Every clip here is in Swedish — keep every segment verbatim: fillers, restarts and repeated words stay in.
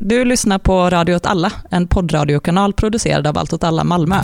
Du lyssnar på Radio åt alla, en poddradiokanal producerad av Allt åt alla Malmö.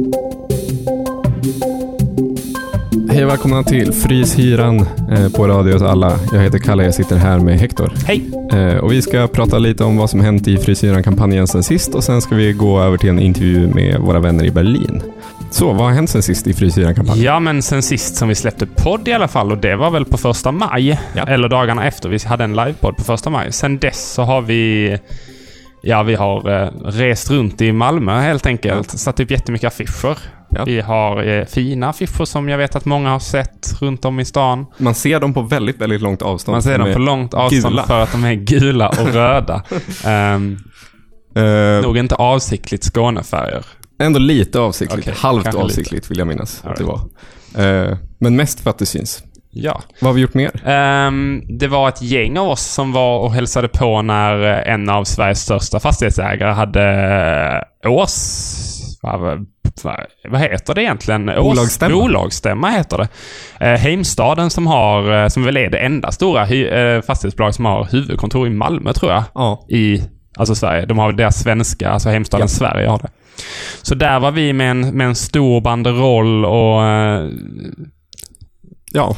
Hej och välkomna till Fryshyran eh, på Radio åt alla. Jag heter Kalle, jag sitter här med Hector. Hej! Eh, och vi ska prata lite om vad som hänt i Fryshyran-kampanjen sen sist och sen ska vi gå över till en intervju med våra vänner i Berlin. Så, vad har hänt sen sist i Fryshyran-kampanjen? Ja, men sen sist som vi släppte podd i alla fall, och det var väl på första maj, ja. Eller dagarna efter. Vi hade en livepodd på första maj. Sen dess så har vi... Ja, vi har eh, rest runt i Malmö helt enkelt. Ja. Satt upp jättemycket affischer. Ja. Vi har eh, fina affischer som jag vet att många har sett runt om i stan. Man ser dem på väldigt, väldigt långt avstånd. Man ser dem på långt avstånd gula. För att de är gula och röda. um, uh, nog inte avsiktligt Skånefärger. Ändå lite avsiktligt. Okay, halvt avsiktligt lite. Vill jag minnas att det var. Uh, men mest för att det syns. Ja. Vad har vi gjort mer? Um, det var ett gäng av oss som var och hälsade på när en av Sveriges största fastighetsägare hade års... Vad, vad heter det egentligen? Bolagsstämma. Bolagsstämma heter det. Eh, Heimstaden som har, som väl är det enda stora hy- eh, fastighetsbolag som har huvudkontor i Malmö, tror jag. Ja. I alltså Sverige. De har deras svenska, alltså Heimstaden ja. Sverige har det. Så där var vi med en, med en stor banderoll och eh, ja.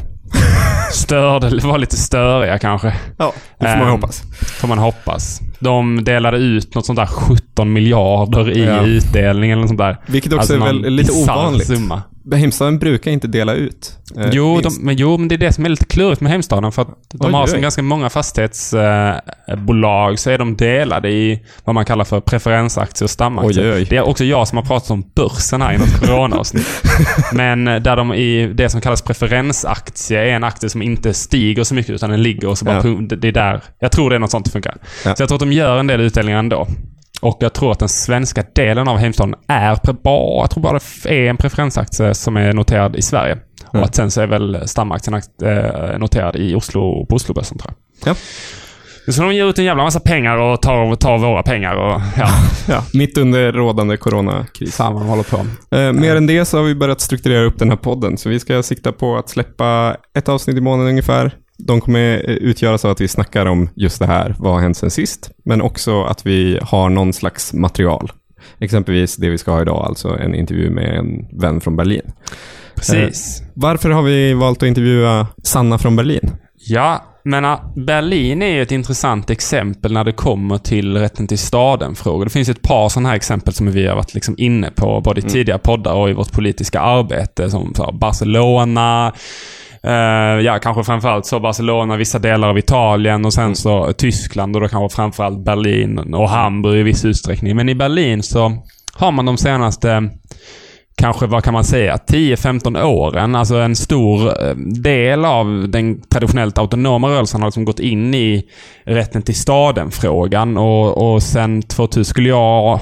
störde, det var lite störiga kanske. Ja, det får man um, hoppas. Får man hoppas. De delade ut något sånt där sjutton miljarder i ja. utdelning eller något sånt där. Vilket också alltså är väl lite ovanligt. Summa. Heimstaden brukar inte dela ut. Eh, jo, de, men, jo, men det är det som är lite klurigt med Heimstaden. För att de oj, har så ganska många fastighetsbolag eh, så är de delade i vad man kallar för preferensaktier och stamaktier. Oj, oj. Det är också jag som har pratat om börsen här i något corona-avsnitt. Men där de i det som kallas preferensaktie är en aktie som inte stiger så mycket utan den ligger och så bara ja. punkt, det är där. Jag tror det är något sånt som funkar. Ja. Så jag tror att de gör en del utdelningar ändå. Och jag tror att den svenska delen av Heimstaden är bara, jag tror bara det är en preferensaktie som är noterad i Sverige. Mm. Och att sen så är väl stamaktien äh, noterad i Oslo på Oslobörsen, tror jag. Ja. Så de ger ut en jävla massa pengar och tar, tar våra pengar. Och, ja. ja, mitt under rådande coronakris. Fan vad de håller på. Eh, mer än det så har vi börjat strukturera upp den här podden. Så vi ska sikta på att släppa ett avsnitt i månaden ungefär. De kommer utgöras av att vi snackar om just det här, vad har hänt sen sist. Men också att vi har någon slags material. Exempelvis det vi ska ha idag, alltså en intervju med en vän från Berlin. Precis. Eh, varför har vi valt att intervjua Sanna från Berlin? Ja, men Berlin är ju ett intressant exempel när det kommer till rätten till staden-frågor. Det finns ett par sådana här exempel som vi har varit liksom inne på både i tidigare poddar och i vårt politiska arbete, som Barcelona... Uh, ja, kanske framförallt så Barcelona, vissa delar av Italien och sen mm. så Tyskland och då kanske framförallt Berlin och Hamburg i viss utsträckning. Men i Berlin så har man de senaste, kanske vad kan man säga, tio femton åren, alltså en stor del av den traditionellt autonoma rörelsen har liksom gått in i rätten till staden-frågan och, och sen tvåtusen skulle jag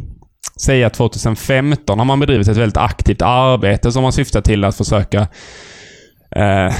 säga tjugohundrafemton har man bedrivit ett väldigt aktivt arbete som har syftat till att försöka Eh,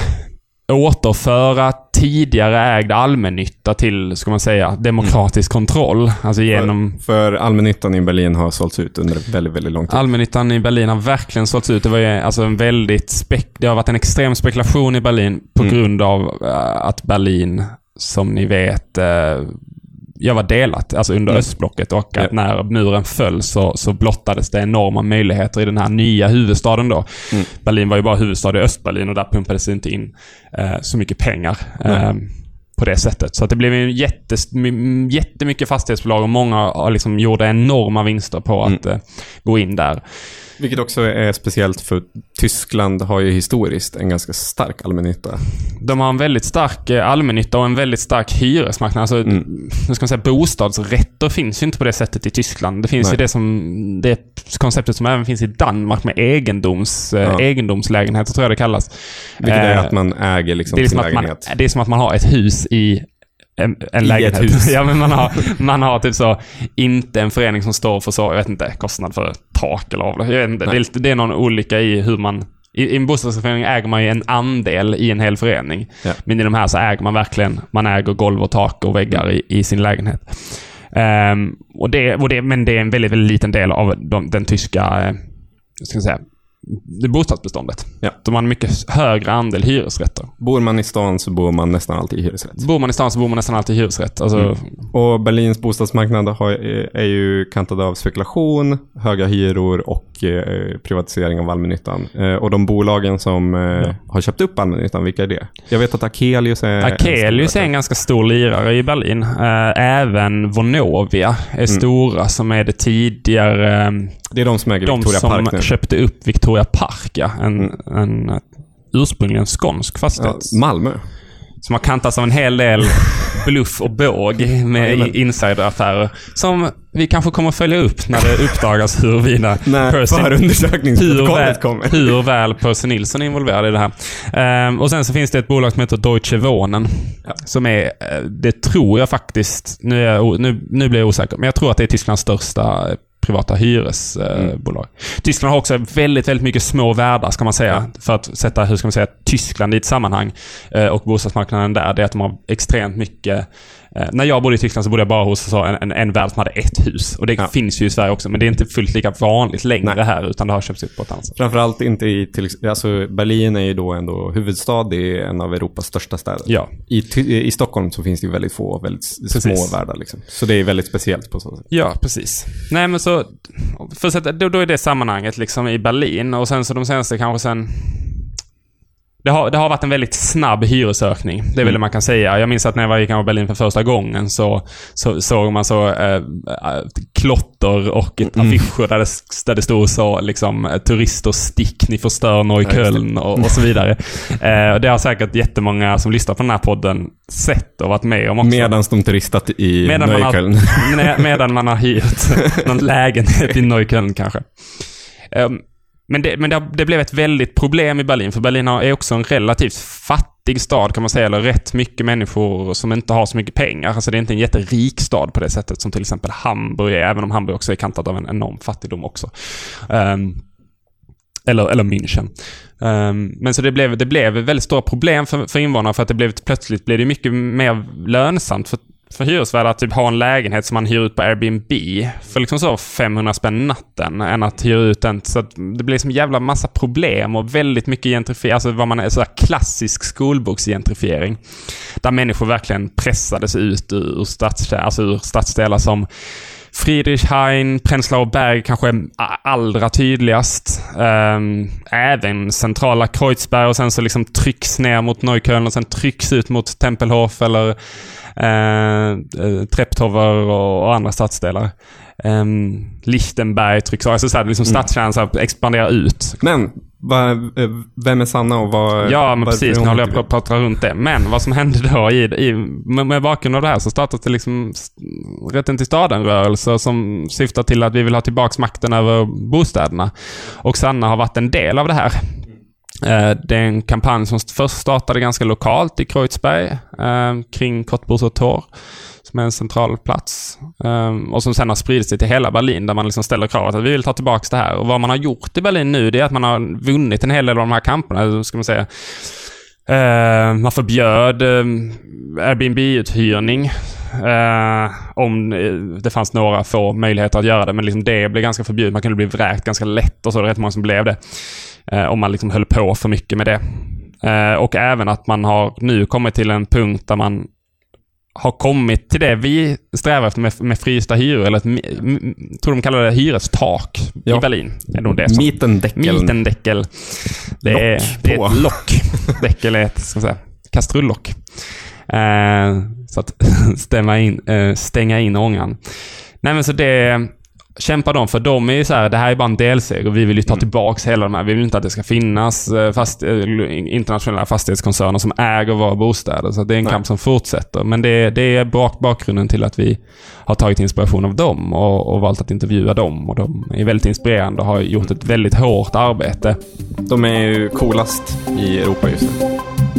återföra tidigare ägd allmännytta till, ska man säga, demokratisk mm. kontroll. Alltså genom... För, för allmännyttan i Berlin har sålts ut under väldigt, väldigt lång tid. Allmännyttan i Berlin har verkligen sålts ut. Det var ju alltså en väldigt spek- det har varit en extrem spekulation i Berlin på mm. grund av uh, att Berlin, som ni vet, uh, jag var delat, alltså under mm. östblocket, och att ja. när muren föll så, så blottades det enorma möjligheter i den här nya huvudstaden då. Mm. Berlin var ju bara huvudstad i Östberlin och där pumpades det inte in eh, så mycket pengar eh, på det sättet. Så att det blev en jättes, jättemycket fastighetsbolag och många liksom gjorde enorma vinster på att mm. eh, gå in där. Vilket också är speciellt för Tyskland har ju historiskt en ganska stark allmännytta. De har en väldigt stark allmännytta och en väldigt stark hyresmarknad. Alltså, mm. nu ska man säga, bostadsrätter finns ju inte på det sättet i Tyskland. Det finns Nej. ju det som det konceptet som även finns i Danmark med egendoms, ja. egendomslägenheter, tror jag det kallas. Vilket är att man äger liksom det är sin som lägenhet. Att man, det är som att man har ett hus i En, en lägenhet. Hus. Ja, men man har, man har typ så inte en förening som står för så, jag vet inte, kostnad för tak eller avlopp. Jag vet inte, det är, det är någon olika i hur man i, i en bostadsförening äger man ju en andel i en hel förening. Ja. Men i de här så äger man verkligen, man äger golv och tak och väggar i, i sin lägenhet. Um, och det, och det, men det är en väldigt, väldigt liten del av de, den tyska, uh, ska jag säga, det bostadsbeståndet. Ja. De har en mycket högre andel hyresrätter. Bor man i stan så bor man nästan alltid i hyresrätt. Bor man i stan så bor man nästan alltid i hyresrätt. Alltså... Mm. Och Berlins bostadsmarknad har, är ju kantad av spekulation, höga hyror och eh, privatisering av allmännyttan. Eh, och de bolagen som eh, ja. har köpt upp allmännyttan, vilka är det? Jag vet att Akelius är... Akelius är en ganska stor lirare i Berlin. Eh, även Vonovia är mm. stora, som är det tidigare... Det är de som äger de Victoria som Park nu. köpte upp Victoria Park, ja. En, mm. en, en ursprungligen skånsk fastighet. Ja, Malmö. Som har kantats av en hel del bluff och båg med ja, insideraffärer. Som vi kanske kommer att följa upp när det uppdagas huruvida förundersökningsprotokollet kommer. Hur väl Percy Nilsson är involverad i det här. Um, och sen så finns det ett bolag som heter Deutsche Wohnen. Ja. Som är, det tror jag faktiskt, nu, är jag, nu, nu blir jag osäker, men jag tror att det är Tysklands största privata hyresbolag. Mm. Tyskland har också väldigt, väldigt mycket små världar, ska man säga, ja. för att sätta, hur ska man säga, Tyskland i ett sammanhang och bostadsmarknaden där. Det är att de har extremt mycket. När jag bodde i Tyskland så bodde jag bara hos så en, en, en värld som hade ett hus. Och det ja. finns ju i Sverige också, men det är inte fullt lika vanligt längre Nej. här, utan det har köpts upp på ett annat sätt. Framförallt inte i, till, alltså Berlin är ju då ändå huvudstad, det är en av Europas största städer. Ja. I, I Stockholm så finns det ju väldigt få, väldigt precis. små världar liksom. Så det är väldigt speciellt på så sätt. Ja, precis. Nej, men så, för så då, då är det sammanhanget liksom i Berlin, och sen så de senaste kanske sen... Det har, det har varit en väldigt snabb hyresökning. Det är väl det man kan säga. Jag minns att när jag var i Berlin för första gången så, så såg man så äh, klotter och ett mm. affischer där det, där det stod så liksom turister stick, ni förstör Neukölln och, och så vidare. äh, det har säkert jättemånga som lyssnar på den här podden sett och varit med om också. Medan de turistat i medan Neukölln. Man har, medan man har hyrt någon lägenhet i Neukölln kanske. Um, Men, det, men det, det blev ett väldigt problem i Berlin, för Berlin är också en relativt fattig stad, kan man säga, eller rätt mycket människor som inte har så mycket pengar. Alltså det är inte en jätterik stad på det sättet som till exempel Hamburg är, även om Hamburg också är kantat av en enorm fattigdom också. Um, eller, eller München. Um, men så det blev, det blev väldigt stora problem för, för invånarna, för att det blev, plötsligt blev det mycket mer lönsamt för för hyresvärdar att typ ha en lägenhet som man hyr ut på Airbnb för liksom så femhundra spänn natten än att hyra ut den. Så att det blir som en jävla massa problem och väldigt mycket gentrifiering, alltså vad man är, sådär klassisk skolboksgentrifiering, där människor verkligen pressades ut ur, ur, stadsdelar, alltså ur stadsdelar som Friedrichshain, Prenzlauer Berg kanske är allra tydligast. Ähm, även centrala Kreuzberg, och sen så liksom trycks ner mot Neukölln och sen trycks ut mot Tempelhof eller Eh, Treptower och, och andra stadsdelar. eh, Lichtenberg trycks, alltså så här, liksom stadskärnan expanderar ut. Men va, vem är Sanna och vad... Ja, men precis, nu håller jag på att prata runt det. Men vad som hände då i, i, med, med bakgrund av det här så startade det liksom Rätten till staden-rörelser som syftar till att vi vill ha tillbaka makten över bostäderna. Och Sanna har varit en del av det här. Det är en kampanj som först startade ganska lokalt i Kreuzberg eh, kring Cottbuser Tor, som är en central plats, eh, och som sen har spridit sig till hela Berlin, där man liksom ställer kravet att vi vill ta tillbaka det här. Och vad man har gjort i Berlin nu, det är att man har vunnit en hel del av de här kamperna, ska man säga. Eh, man förbjöd eh, Airbnb-uthyrning eh, om det fanns några få möjligheter att göra det, men liksom det blev ganska förbjudet. Man kunde bli vräkt ganska lätt, och så är det rätt många som blev det. Eh, om man liksom höll på för mycket med det. Eh, och även att man har nu kommit till en punkt där man har kommit till det vi strävar efter med, med frysta hyror, eller ett, m- m- tror de kallar det hyrestak ja. i Berlin. Är nog det som, Mietendeckel. Mietendeckel. Det är, det är ett lock. Deckel är ett, ska man säga, kastrullock. Eh, så att stämma in, eh, stänga in ångan. Nej, men så det kämpar de för. De är ju så här, det här är bara en delseger och vi vill ju ta tillbaks hela de här. Vi vill inte att det ska finnas fast, internationella fastighetskoncerner som äger våra bostäder. Så det är en Nej. kamp som fortsätter. Men det, det är bak- bakgrunden till att vi har tagit inspiration av dem och, och valt att intervjua dem. Och de är väldigt inspirerande och har gjort ett väldigt hårt arbete. De är ju coolast i Europa just nu.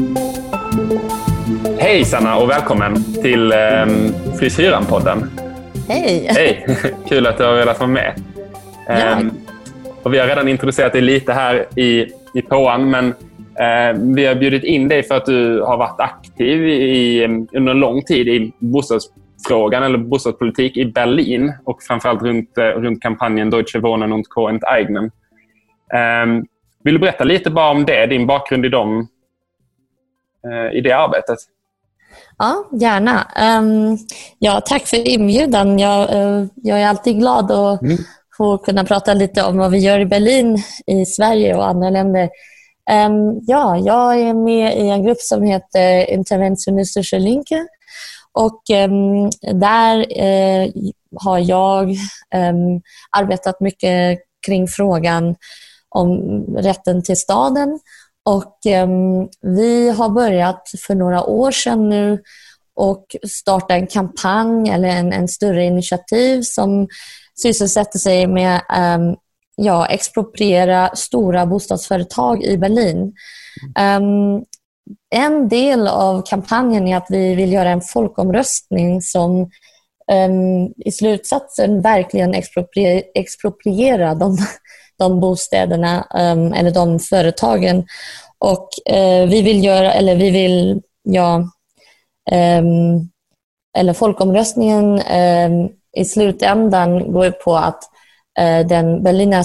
Hej Sanna och välkommen till eh, Frys Hyran-podden. Hej! Hej! Kul att du har velat vara med. Ja. Um, och vi har redan introducerat dig lite här i, i påan, men uh, vi har bjudit in dig för att du har varit aktiv i, under en lång tid i bostadsfrågan eller bostadspolitik i Berlin och framförallt runt, uh, runt kampanjen Deutsche Wohnen und Co. enteignen. Um, Vill du berätta lite bara om det, din bakgrund i, dem, eh, i det arbetet? Ja, gärna. Um, ja, tack för inbjudan. Jag, uh, jag är alltid glad att mm. få kunna prata lite om vad vi gör i Berlin, i Sverige och andra länder. Um, ja, jag är med i en grupp som heter Interventionistische Linke. Och um, där uh, har jag um, arbetat mycket kring frågan om rätten till staden. Och um, vi har börjat för några år sedan nu och starta en kampanj eller en, en större initiativ som sysselsätter sig med um, ja, expropriera stora bostadsföretag i Berlin. Um, en del av kampanjen är att vi vill göra en folkomröstning som um, i slutsatsen verkligen expropriera, expropriera de de bostäderna um, eller de företagen, och uh, vi vill göra eller vi vill ja um, eller folkomröstningen um, i slutändan går på att uh, den Berliner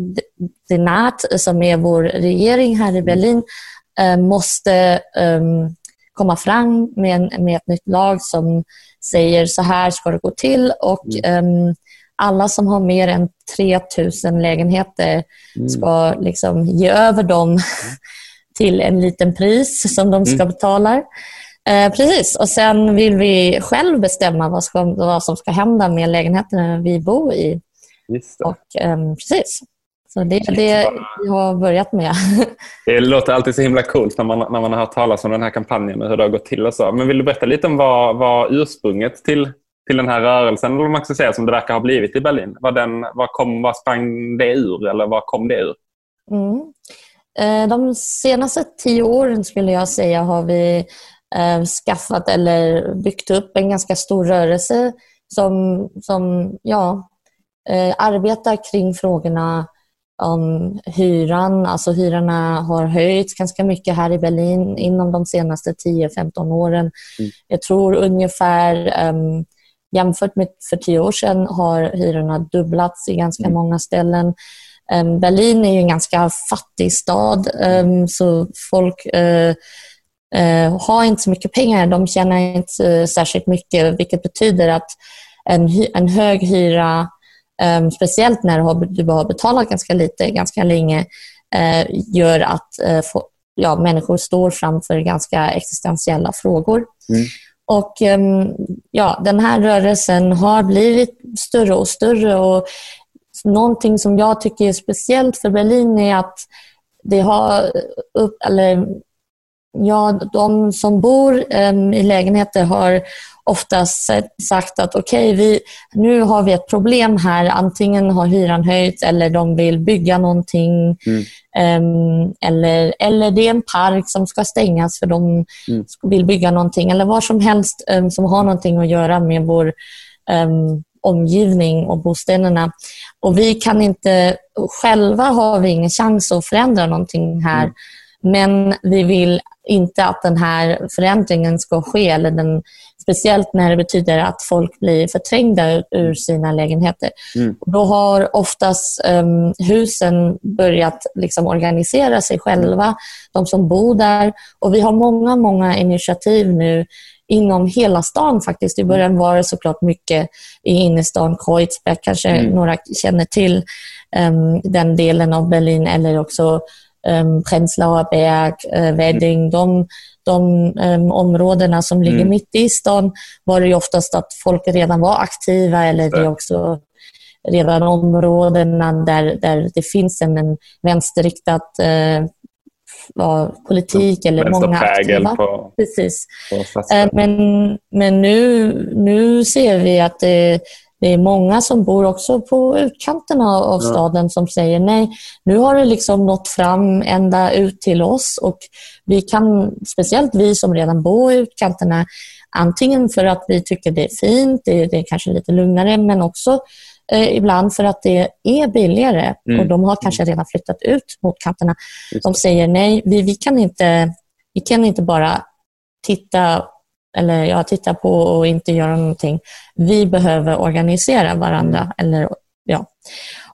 Senat, som är vår regering här i Berlin, uh, måste um, komma fram med, med ett nytt lag som säger så här ska det gå till, och um, alla som har mer än tre tusen lägenheter ska liksom ge över dem till en liten pris som de ska betala. Eh, precis, och sen vill vi själv bestämma vad, ska, vad som ska hända med lägenheterna vi bor i. Just det. Och, eh, precis. Så det är det vi har börjat med. Det låter alltid så himla coolt när man, när man har hört talas om den här kampanjen och hur det har gått till och så. Men vill du berätta lite om vad, vad ursprunget till till den här rörelsen, eller man ska säga, som det verkar ha blivit i Berlin? Vad, den, vad, kom, vad sprang det ur, eller vad kom det ur? Mm. De senaste tio åren skulle jag säga har vi eh, skaffat eller byggt upp en ganska stor rörelse som, som ja, eh, arbetar kring frågorna om hyran. Alltså hyrorna har höjts ganska mycket här i Berlin inom de senaste tio femton åren. Mm. Jag tror ungefär um, jämfört med för tio år sedan har hyrorna dubblats i ganska mm. många ställen. Um, Berlin är ju en ganska fattig stad, um, så folk uh, uh, har inte så mycket pengar. De tjänar inte uh, särskilt mycket, vilket betyder att en, hy- en hög hyra, um, speciellt när du har, du har betalat ganska lite, ganska länge, uh, gör att uh, få, ja, människor står framför ganska existentiella frågor. Mm. Och um, ja, den här rörelsen har blivit större och större, och någonting som jag tycker är speciellt för Berlin är att det har upp, eller ja, de som bor um, i lägenheter har oftast sagt att okej, okay, vi, nu har vi ett problem här. Antingen har hyran höjts eller de vill bygga någonting. Mm. Um, eller, eller det är en park som ska stängas för de mm. vill bygga någonting. Eller vad som helst um, som har någonting att göra med vår um, omgivning och bostäderna. Och vi kan inte, själva har vi ingen chans att förändra någonting här. Mm. Men vi vill inte att den här förändringen ska ske, eller den, speciellt när det betyder att folk blir förträngda ur sina lägenheter. Mm. Då har oftast um, husen börjat liksom organisera sig själva, de som bor där. Och vi har många, många initiativ nu inom hela stan faktiskt. I början var det såklart mycket i innerstan, Kreuzberg, kanske mm. några känner till um, den delen av Berlin, eller också Um, Prenzlauer Berg, uh, Wedding, de, de um, områdena som ligger mm. mitt i stan, var det ju oftast att folk redan var aktiva, eller det är också redan områdena där, där det finns en, en vänsterriktad uh, uh, politik, eller många aktiva. På, Precis. På uh, men men nu, nu ser vi att det Det är många som bor också på utkanterna av staden som säger nej, nu har det liksom nått fram ända ut till oss, och vi kan, speciellt vi som redan bor i utkanterna, antingen för att vi tycker det är fint, det, det är kanske lite lugnare, men också eh, ibland för att det är billigare mm. och de har kanske redan flyttat ut mot kanterna. De säger nej, vi, vi, kan inte, vi kan inte bara titta eller ja, titta på och inte göra någonting. Vi behöver organisera varandra. Mm. Eller, ja.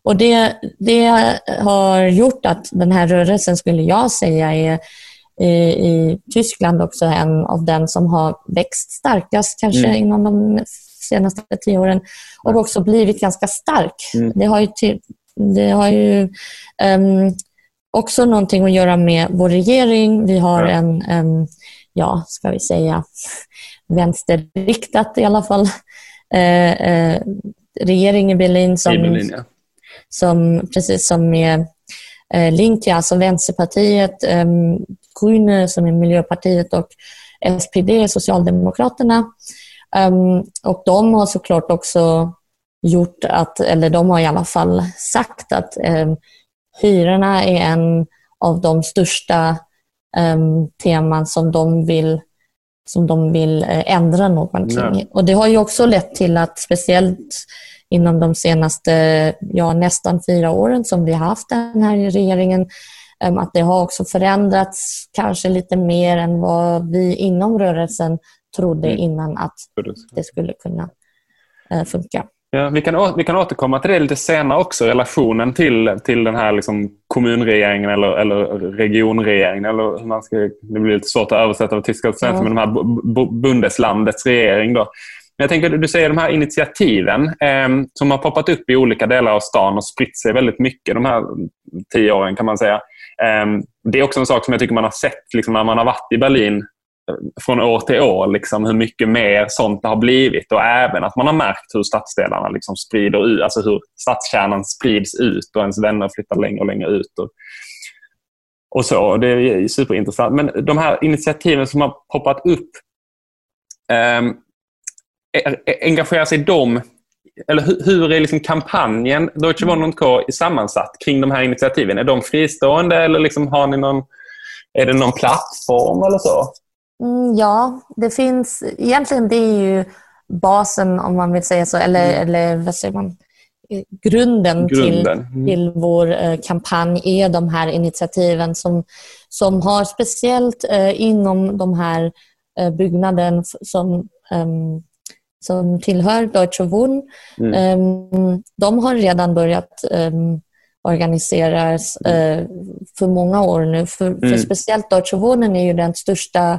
Och det, det har gjort att den här rörelsen, skulle jag säga, är i, i Tyskland också en av den som har växt starkast kanske mm. inom de senaste tio åren och också blivit ganska stark. Mm. Det har ju, till, det har ju um, också någonting att göra med vår regering. Vi har ja. en, en, ja, ska vi säga, vänsterriktat i alla fall, eh, eh, regering i Berlin som, I Berlin, ja. som precis som med eh, Linke, alltså Vänsterpartiet, eh, Grüne som är Miljöpartiet och S P D, Socialdemokraterna. Um, och de har såklart också gjort att, eller de har i alla fall sagt att um, hyrorna är en av de största um, teman som de vill som de vill uh, ändra någonting. Ja. Och det har ju också lett till att speciellt inom de senaste ja, nästan fyra åren som vi har haft den här regeringen, um, att det har också förändrats kanske lite mer än vad vi inom rörelsen trodde mm. innan att det skulle kunna uh, funka. Ja, vi, kan, vi kan återkomma till det lite senare också, relationen till, till den här liksom kommunregeringen eller, eller regionregeringen. Eller hur man ska, det blir lite svårt att översätta av tyska och svenska, ja. Men de här b- bundeslandets regering. Då. Men jag tänker, du säger de här initiativen eh, som har poppat upp i olika delar av stan och spritt sig väldigt mycket de här tio åren kan man säga. Eh, det är också en sak som jag tycker man har sett liksom, när man har varit i Berlin från år till år, liksom, hur mycket mer sånt det har blivit och även att man har märkt hur stadsdelarna liksom sprider ut, alltså hur stadskärnan sprids ut och ens vänner flyttar längre och längre ut och, och så, det är superintressant. Men de här initiativen som har poppat upp eh, engagerar sig de, eller hur, hur är liksom kampanjen Deutsche Wohnen und Co sammansatt kring de här initiativen? Är de fristående eller liksom har ni någon, är det någon plattform eller så? Mm, ja, det finns egentligen, det är ju basen om man vill säga så, eller, mm. eller vad säger man, grunden, grunden. Till, mm. till vår eh, kampanj är de här initiativen som, som har speciellt eh, inom de här eh, byggnaden som, eh, som tillhör Deutsche Wohnen. Mm. Eh, de har redan börjat eh, organiseras eh, för många år nu. För, mm. för speciellt Deutsche Wohnen är ju den största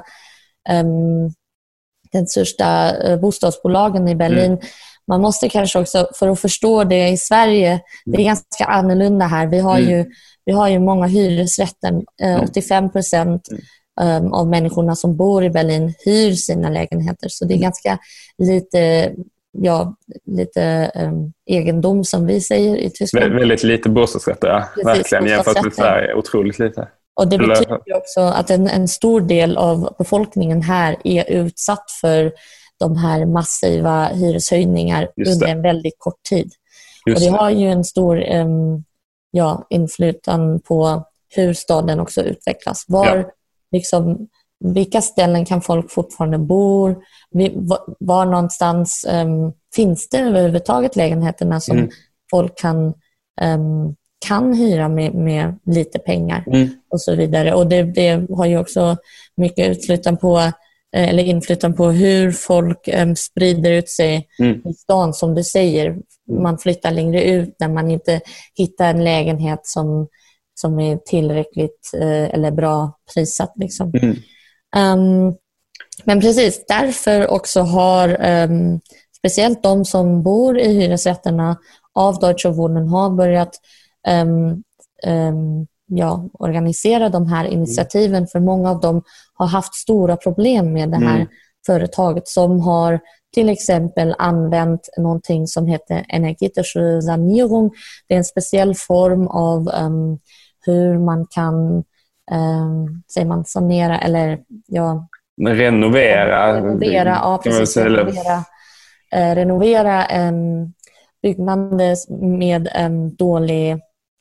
um, den största uh, bostadsbolagen i Berlin. Mm. Man måste kanske också, för att förstå det i Sverige, mm. det är ganska annorlunda här. Vi har, mm. ju, vi har ju många hyresrätter. Uh, mm. åttiofem procent um, av människorna som bor i Berlin hyr sina lägenheter. Så det är ganska lite... Ja, lite um, egendom som vi säger i Tyskland. Vä- väldigt lite bostadsrätter, ja. Precis, verkligen jämfört med Sverige, otroligt lite. Och det betyder ju också att en, en stor del av befolkningen här är utsatt för de här massiva hyreshöjningar under en väldigt kort tid. Just och det, det har ju en stor um, ja, inflytande på hur staden också utvecklas. Var ja. liksom vilka ställen kan folk fortfarande bo? Var, var någonstans um, finns det överhuvudtaget lägenheterna som mm. folk kan, um, kan hyra med, med lite pengar mm. och så vidare. Och det, det har ju också mycket inflytande på, eller inflytande på hur folk um, sprider ut sig mm. i stan, som du säger. Man flyttar längre ut när man inte hittar en lägenhet som, som är tillräckligt uh, eller bra prissatt liksom. Mm. Um, men precis därför också har um, speciellt de som bor i hyresrätterna av Deutsche Wohnen har börjat um, um, ja, organisera de här initiativen, mm. för många av dem har haft stora problem med det här mm. företaget som har till exempel använt någonting som heter energetische Sanierung. Det är en speciell form av um, hur man kan Um, säger man sanera eller ja, renovera renovera, ja, precis, renovera, uh, renovera en byggnad med en dålig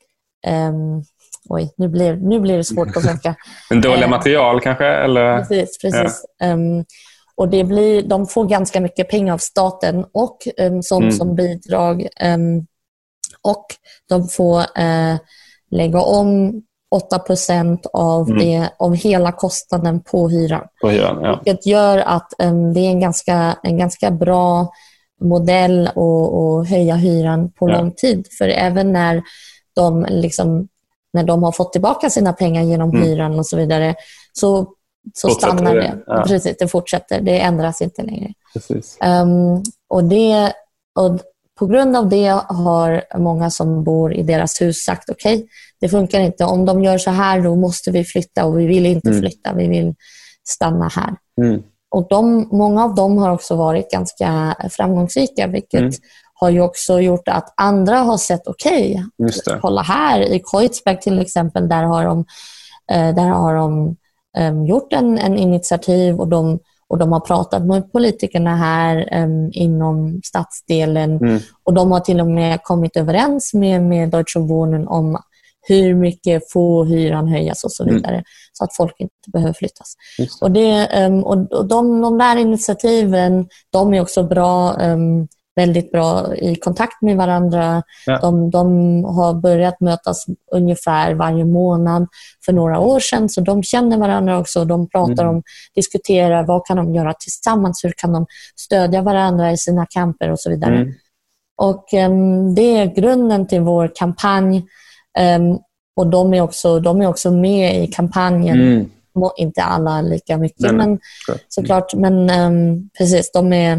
um, oj, nu blir, nu blir det svårt på svenska. En dålig uh, material kanske? Eller? Precis, precis. Ja. Um, och det blir, de får ganska mycket pengar av staten och um, som, mm. som bidrag um, och de får uh, lägga om åtta procent av, mm. det, av hela kostnaden på hyran. På hyran, ja. Vilket gör att um, det är en ganska, en ganska bra modell och, och höja hyran på Ja. lång tid. För även när de, liksom, när de har fått tillbaka sina pengar genom Mm. hyran och så vidare, så, så Fortsätter stannar det. det. Ja. Precis, det fortsätter. Det ändras inte längre. Precis. Um, och, det, och på grund av det har många som bor i deras hus sagt okej, okay, det funkar inte. Om de gör så här, då måste vi flytta, och vi vill inte Mm. flytta. Vi vill stanna här. Mm. Och de, många av dem har också varit ganska framgångsrika, vilket Mm. har ju också gjort att andra har sett okej, Just det. kolla här i Kreuzberg till exempel, där har de, eh, där har de um, gjort en, en initiativ, och de, och de har pratat med politikerna här um, inom stadsdelen, Mm. och de har till och med kommit överens med, med Deutsche Wohnen om hur mycket får hyran höjas och så vidare, mm. så att folk inte behöver flyttas. Just det. Och, det, um, och de, de där initiativen, de är också bra, um, väldigt bra i kontakt med varandra. Ja. De, de har börjat mötas ungefär varje månad för några år sedan, så de känner varandra också. De pratar Mm. om, diskuterar vad kan de göra tillsammans, hur kan de stödja varandra i sina kamper och så vidare. Mm. Och um, det är grunden till vår kampanj. Um, och de är, också, de är också med i kampanjen. Mm. Må, inte alla lika mycket, Nej, nej. men Klart. såklart. Men um, precis, de är,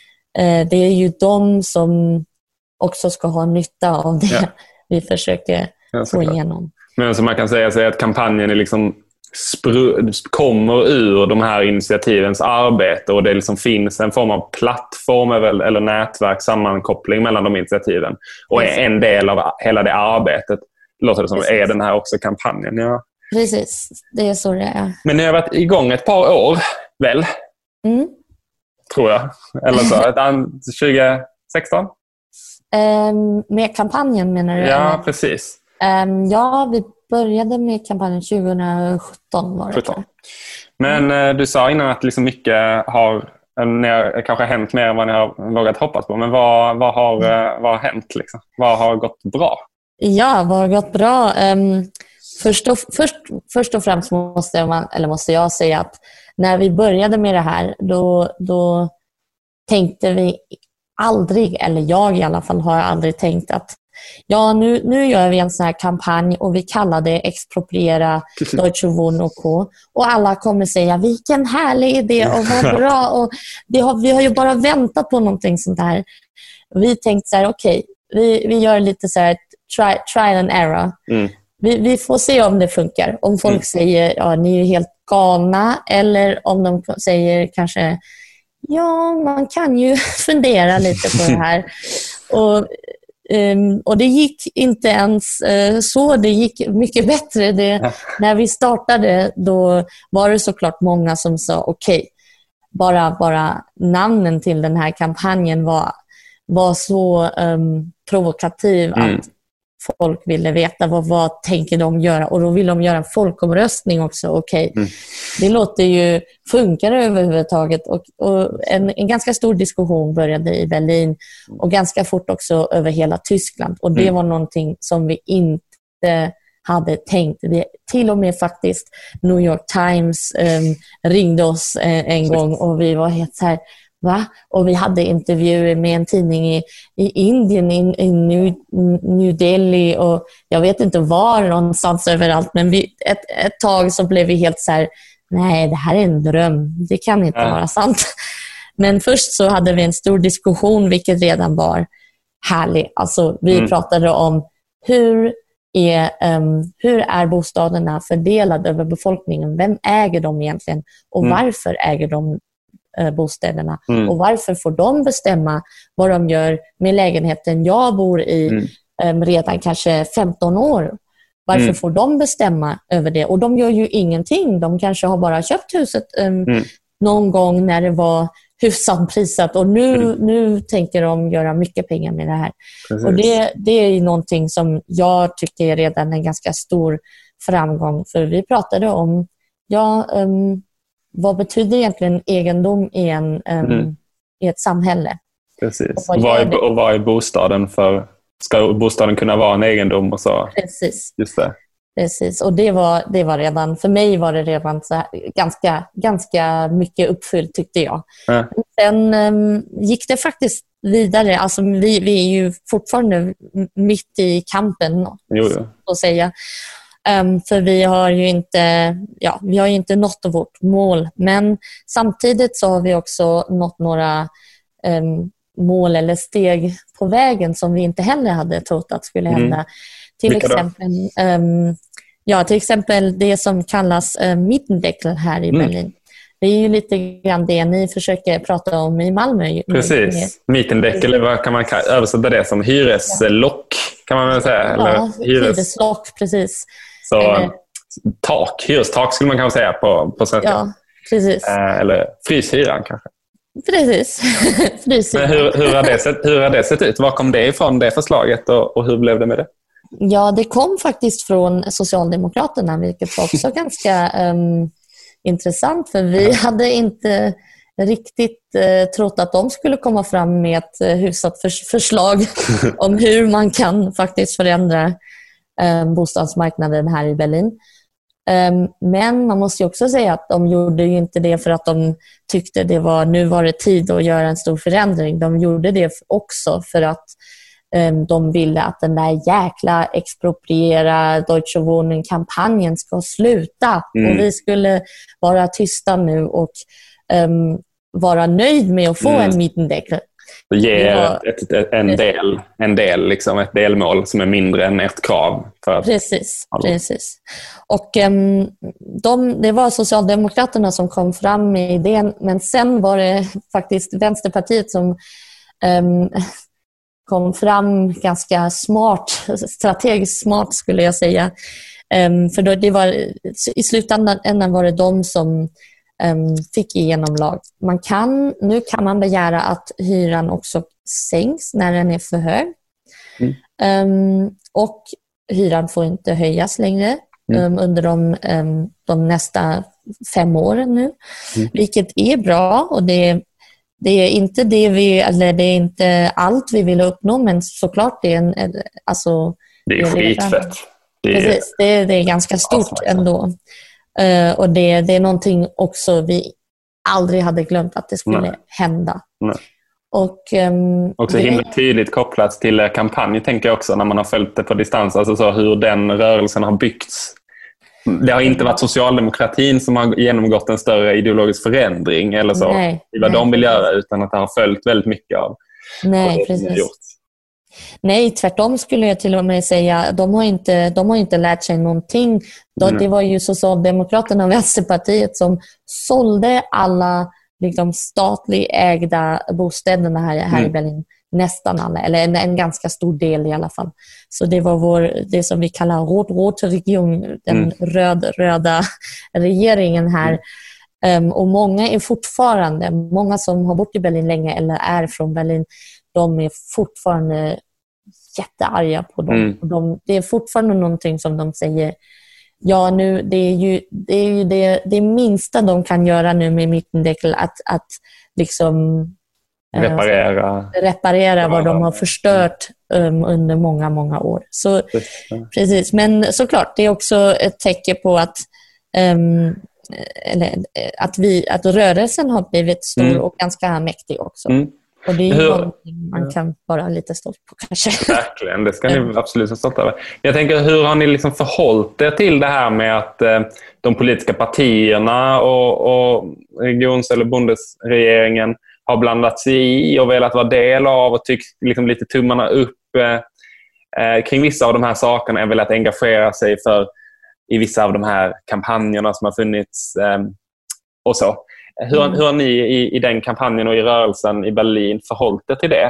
uh, det är ju de som också ska ha nytta av det Ja. vi försöker Ja, få såklart. igenom. Men som man kan säga så är att kampanjen är liksom spru- kommer ur de här initiativens arbete, och det liksom finns en form av plattform eller, eller nätverk, sammankoppling mellan de initiativen. Och är en del av hela det arbetet, låter det som, Precis. är den här också kampanjen. Ja. Precis, det är så det är. Men ni har varit igång ett par år, väl? Mm. Tror jag. Eller så, ett an- tjugo sexton? Um, med kampanjen menar du? Ja, eller? precis. Um, ja, vi började med kampanjen tjugohundrasjutton var det. sjutton. Men eh, du sa innan att liksom mycket har, eh, ni har kanske hänt mer än vad ni har vågat hoppas på. Men vad, vad, har, eh, vad har hänt? Liksom? Vad har gått bra? Ja, vad har gått bra? Um, först, och, först, först och främst måste, man, eller måste jag säga att när vi började med det här, då, då tänkte vi aldrig, eller jag i alla fall har aldrig tänkt att ja, nu, nu gör vi en sån här kampanj och vi kallar det expropriera Deutsche Wohnen och K. Och alla kommer säga, vilken härlig idé och vad bra. Och det har, vi har ju bara väntat på någonting sånt här. Vi tänkte så här, okej, okay, vi, vi gör lite så här try, trial and error. Mm. Vi, vi får se om det funkar. Om folk mm. säger, ja, ni är helt galna. Eller om de säger kanske, ja, man kan ju fundera lite på det här. Och Um, och det gick inte ens uh, så, det gick mycket bättre. Det, ja. När vi startade, då var det såklart många som sa okej, okay, bara, bara namnen till den här kampanjen var, var så um, provokativ mm. att folk ville veta vad, vad tänker de göra, och då vill de göra en folkomröstning också. Okej, okay. mm. Det låter ju, funkar det överhuvudtaget? Och, och en, en ganska stor diskussion började i Berlin och ganska fort också över hela Tyskland, och det mm. var någonting som vi inte hade tänkt. Vi, till och med faktiskt New York Times um, ringde oss en, en gång, och vi var helt så här, va? Och vi hade intervjuer med en tidning i, i Indien, i, i New, New Delhi, och jag vet inte var någonstans överallt, men vi, ett, ett tag så blev vi helt så här, nej, det här är en dröm, det kan inte ja. vara sant. Men först så hade vi en stor diskussion, vilket redan var härligt. Alltså vi mm. pratade om hur är, um, hur är bostäderna fördelade över befolkningen, vem äger de egentligen, och mm. varför äger de bostäderna mm. och varför får de bestämma vad de gör med lägenheten jag bor i mm. um, redan kanske femton år. Varför mm. får de bestämma över det? Och de gör ju ingenting. De kanske har bara köpt huset um, mm. någon gång när det var hyfsat prisat, och nu, mm. nu tänker de göra mycket pengar med det här. Precis. Och det, det är ju någonting som jag tycker är redan en ganska stor framgång, för vi pratade om ja, um, vad betyder egentligen egendom i, en, um, mm. i ett samhälle? Precis. Och vad, vad är, och vad är bostaden för? Ska bostaden kunna vara en egendom? Och så? Precis. Just det. Precis, och det var, det var redan, för mig var det redan så här, ganska, ganska mycket uppfyllt tyckte jag. Ja. Sen um, gick det faktiskt vidare, alltså vi, vi är ju fortfarande mitt i kampen, Jo, jo. så att säga. Um, för vi har ju inte, ja, vi har ju inte nått vårt mål, men samtidigt så har vi också nått några um, mål eller steg på vägen som vi inte heller hade trott att skulle hända. Mm. Till Vilka exempel, um, ja, till exempel det som kallas uh, Mietendeckel här i mm. Berlin. Det är ju lite grann det ni försöker prata om i Malmö. Precis. Mietendeckel, eller vad kan man översätta det som? Hyreslock kan man väl säga? Eller ja, hyres... hyreslock, precis. Så eller... tak, hyrestak skulle man kanske säga på, på svenska. Ja, precis. Eh, eller fryshyran kanske. Precis. Men hur, hur, har det sett, hur har det sett ut? Var kom det ifrån, det förslaget, och, och hur blev det med det? Ja, det kom faktiskt från Socialdemokraterna, vilket var också ganska um, intressant, för vi hade inte riktigt uh, trott att de skulle komma fram med ett uh, hyfsat för- förslag om hur man kan faktiskt förändra um, bostadsmarknaden här i Berlin. Um, men man måste ju också säga att de gjorde ju inte det för att de tyckte det var, nu var det tid att göra en stor förändring. De gjorde det också för att um, de ville att den där jäkla expropriera Deutsche Wohnen-kampanjen ska sluta. Mm. Och vi skulle vara tysta nu och um, vara nöjd med att få mm. en Mietendeckel. Ge ja. ett, ett, en del, en del liksom, ett delmål som är mindre än ett krav. För att... Precis, precis. Och um, de, det var Socialdemokraterna som kom fram med idén, men sen var det faktiskt Vänsterpartiet som um, kom fram ganska smart, strategiskt smart skulle jag säga. Um, för då, det var, i slutändan var det de som Um, fick igenom lag. Man kan, nu kan man begära att hyran också sänks när den är för hög. Mm. Um, och hyran får inte höjas längre mm. um, under de, um, de nästa fem åren nu. Mm. Vilket är bra, och det, det är inte det vi, eller det är inte allt vi vill uppnå, men såklart det är en, alltså, det är skitfett. Det är, precis, det, det är ganska stort ändå. Uh, och det, det är någonting också vi aldrig hade glömt att det skulle Nej. hända. Nej. Och, um, också det... himla tydligt kopplat till kampanj, tänker jag också, när man har följt det på distans. Alltså så hur den rörelsen har byggts. Det har inte varit socialdemokratin som har genomgått en större ideologisk förändring eller så. Nej, det vad nej. de vill göra, utan att det har följt väldigt mycket av Nej, det precis. gjort. Nej, tvärtom skulle jag till och med säga. De har inte, de har inte lärt sig någonting. Mm. Det var ju Socialdemokraterna och Vänsterpartiet som sålde alla liksom, statligt ägda bostäderna här, här mm. i Berlin. Nästan alla, eller en, en ganska stor del i alla fall. Så det var vår, det som vi kallar röd-röd region, den mm. röd-röda regeringen här. Mm. Um, och många är fortfarande, många som har bott i Berlin länge eller är från Berlin, de är fortfarande jättearga på dem. Mm. Och de, det är fortfarande någonting som de säger, ja nu, det är ju det, är ju det, det minsta de kan göra nu med Mietendeckel, att, att liksom reparera, äh, reparera vad de har förstört um, under många, många år. Så, precis. Men såklart, det är också ett tecken på att um, eller, att, vi, att rörelsen har blivit stor mm. och ganska mäktig också. Mm. Och det är ju någonting man kan vara lite stolt på kanske. Verkligen, det ska ni absolut vara stolta över. Jag tänker, hur har ni liksom förhållit er till det här med att eh, de politiska partierna och, och regions- eller bundesregeringen har blandat sig i och velat vara del av och tyckt liksom lite tummarna upp eh, kring vissa av de här sakerna, är velat engagera sig för i vissa av de här kampanjerna som har funnits eh, och så. Hur, mm. hur har ni i, i den kampanjen och i rörelsen i Berlin förhållit er till det?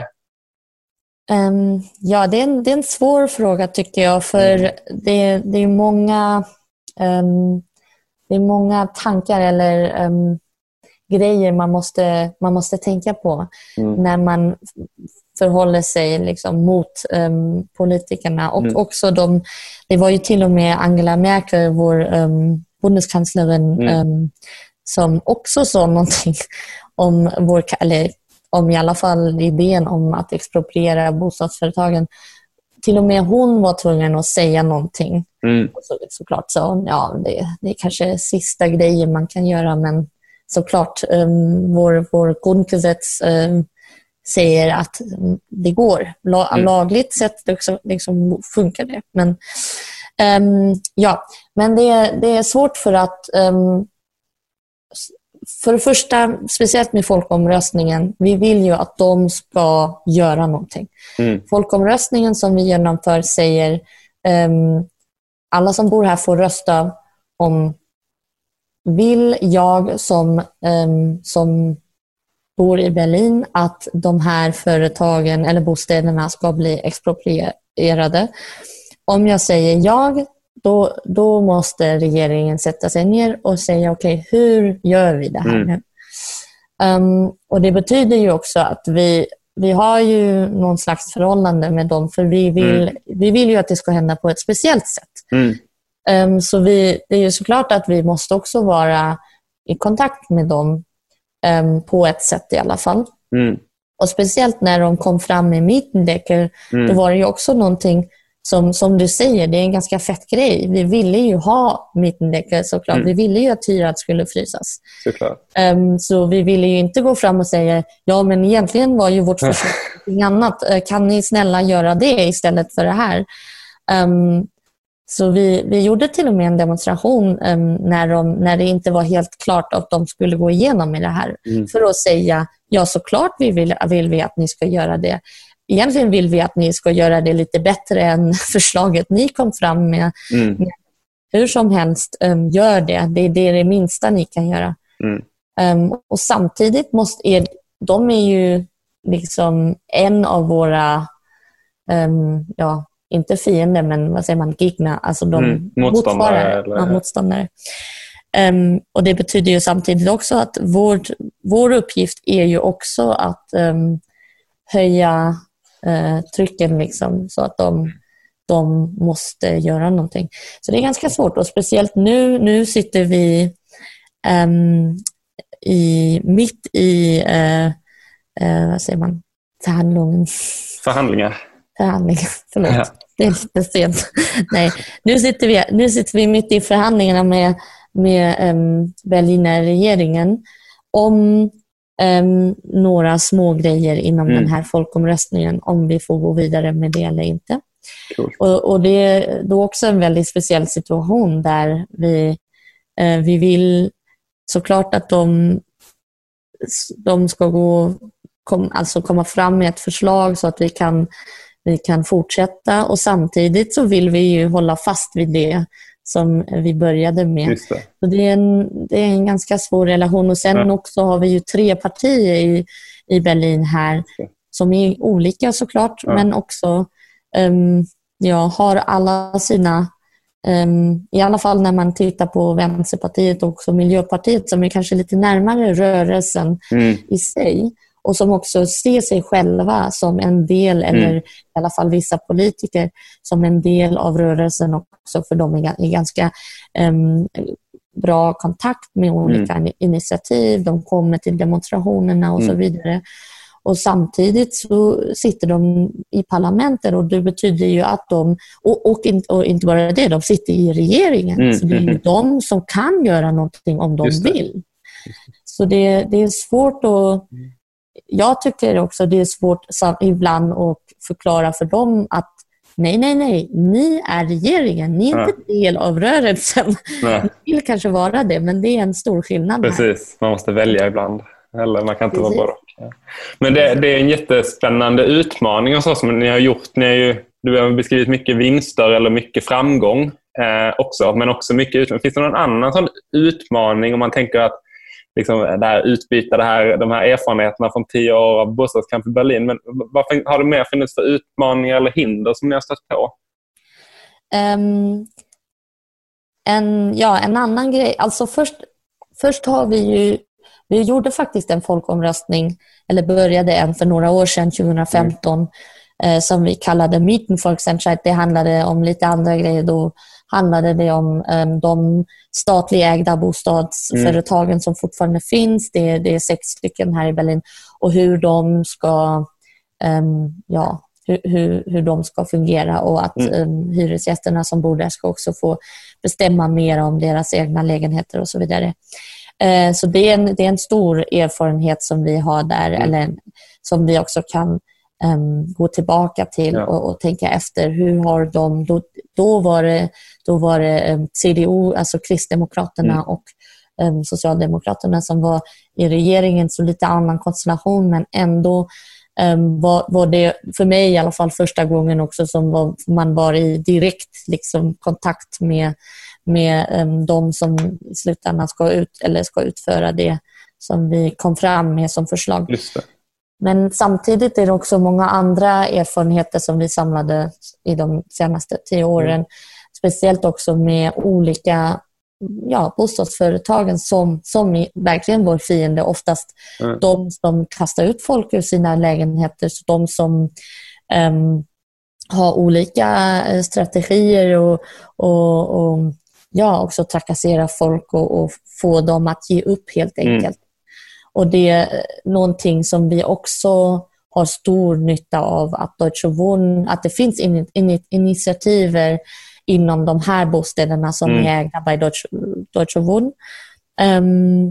Um, ja, det är, en, det är en svår fråga tycker jag, för mm. det, det, är många, um, det är många tankar eller um, grejer man måste, man måste tänka på mm. när man förhåller sig liksom mot um, politikerna. Och mm. också de, det var ju till och med Angela Merkel, vår um, bundeskanzlerin, mm. um, som också sa någonting om vår, eller om i alla fall idén om att expropriera bostadsföretagen. till och med hon var tvungen att säga någonting. Mm. Så, såklart så, ja, det, det är kanske sista grejen man kan göra, men såklart um, vår, vår grundgesetz um, säger att det går. La, mm. Lagligt sett liksom, liksom funkar det. Men, um, ja, men det, det är svårt för att um, för det första, speciellt med folkomröstningen, vi vill ju att de ska göra någonting. Mm. Folkomröstningen som vi genomför säger um, alla som bor här får rösta om vill jag som, um, som bor i Berlin att de här företagen eller bostäderna ska bli exproprierade. Om jag säger jag, då, då måste regeringen sätta sig ner och säga okej, okay, hur gör vi det här mm. nu? Um, och det betyder ju också att vi, vi har ju någon slags förhållande med dem, för vi vill, mm. vi vill ju att det ska hända på ett speciellt sätt. Mm. Um, så vi, det är ju såklart att vi måste också vara i kontakt med dem um, på ett sätt i alla fall. Mm. Och speciellt när de kom fram med Mietendeckel, mm. då var det ju också någonting som, som du säger, det är en ganska fett grej. Vi ville ju ha Mietendeckel såklart. Mm. Vi ville ju att hyran skulle frysas. Såklart. Um, så vi ville ju inte gå fram och säga ja, men egentligen var ju vårt förslag någonting annat. Kan ni snälla göra det istället för det här? Um, Så vi, vi gjorde till och med en demonstration um, när, de, när det inte var helt klart att de skulle gå igenom med det här. Mm. För att säga, ja såklart vi vill, vill vi att ni ska göra det. Egentligen vill vi att ni ska göra det lite bättre än förslaget ni kom fram med. Mm. Men hur som helst, um, gör det. Det, det är det minsta ni kan göra. Mm. Um, och samtidigt måste är, de är ju liksom en av våra um, ja, inte fiender, men vad säger man, gigna, alltså de mm, motståndare. Eller... Ja, motståndare. Um, och det betyder ju samtidigt också att vår, vår uppgift är ju också att um, höja uh, trycken liksom, så att de, de måste göra någonting. Så det är ganska svårt, och speciellt nu, nu sitter vi um, i, mitt i uh, uh, vad säger man, förhandlingen. Förhandlingar. Förhandlingar, förlåt. Ja. Det är lite sent. Nej, nu sitter vi, nu sitter vi mitt i förhandlingarna med, med um, Berliner regeringen om um, några små grejer inom mm. den här folkomröstningen, om vi får gå vidare med det eller inte. Cool. Och, och det är då också en väldigt speciell situation där vi, uh, vi vill såklart att de, de ska gå, kom, alltså komma fram med ett förslag så att vi kan Vi kan fortsätta, och samtidigt så vill vi ju hålla fast vid det som vi började med. Just det. Så det är en, det är en ganska svår relation. Och sen ja. också har vi ju tre partier i, i Berlin här okay. som är olika såklart, ja. men också um, ja, har alla sina, um, i alla fall när man tittar på Vänsterpartiet och också Miljöpartiet som är kanske lite närmare rörelsen mm. i sig. Och som också ser sig själva som en del, mm. eller i alla fall vissa politiker, som en del av rörelsen också, för de är i ganska um, bra kontakt med olika mm. initiativ. De kommer till demonstrationerna och mm. så vidare. Och samtidigt så sitter de i parlamentet, och det betyder ju att de, och, och, inte, och inte bara det, de sitter i regeringen. Mm. Så det är ju de som kan göra någonting om de vill. Så det, det är svårt att... Jag tycker också det är svårt ibland att förklara för dem att nej, nej, nej, ni är regeringen, ni är ja. inte del av rörelsen. Nej. Ni vill kanske vara det, men det är en stor skillnad. Precis, här. Man måste välja ibland. Eller man kan inte Precis. vara bara. Men det, det är en jättespännande utmaning och så som ni har gjort. Ni har ju, du har beskrivit mycket vinster eller mycket framgång eh, också, men också mycket utmaning. Finns det någon annan sån utmaning om man tänker att liksom det här utbyta, det här, de här erfarenheterna från tio år av bostadskamp i Berlin. Men vad har det mer funnits för utmaningar eller hinder som ni har stött på? Um, en, ja, en annan grej. Alltså först, först har vi ju, vi gjorde faktiskt en folkomröstning, eller började en för några år sedan, tjugo femton, mm. eh, som vi kallade Mietenvolksentscheid. Det handlade om lite andra grejer. Då handlade det om um, de statliga ägda bostadsföretagen mm. som fortfarande finns. Det, det är sex stycken här i Berlin. Och hur de ska um, ja, hur, hur, hur de ska fungera och att Mm. um, hyresgästerna som bor där ska också få bestämma mer om deras egna lägenheter och så vidare. Uh, så det är, en, det är en stor erfarenhet som vi har där, Mm. eller som vi också kan um, gå tillbaka till Ja. och, och tänka efter. Hur har de, då, då var det, då var det um, C D O, alltså Kristdemokraterna Mm. och um, Socialdemokraterna som var i regeringen, så lite annan konstellation, men ändå um, var, var det för mig i alla fall första gången också som var, man var i direkt liksom, kontakt med, med um, de som i slutändan ska, ut, eller ska utföra det som vi kom fram med som förslag. Just det. Men samtidigt är det också många andra erfarenheter som vi samlade i de senaste tio åren. Mm. Speciellt också med olika ja, bostadsföretagen som, som är verkligen vår fiende. Oftast mm. de som kastar ut folk ur sina lägenheter. Så de som um, har olika strategier och, och, och ja, också trakassera folk och, och få dem att ge upp helt enkelt. Mm. Och det är någonting som vi också har stor nytta av, att Deutsche Wohnen, att det finns in, in, initiativer inom de här bostäderna som mm. är ägda by Deutsche, Deutsche Wohnen. Um,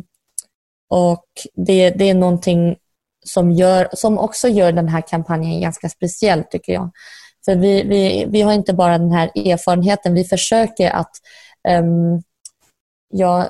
och det, det är någonting som, gör, som också gör den här kampanjen ganska speciell, tycker jag. För vi, vi, vi har inte bara den här erfarenheten, vi försöker att um, ja,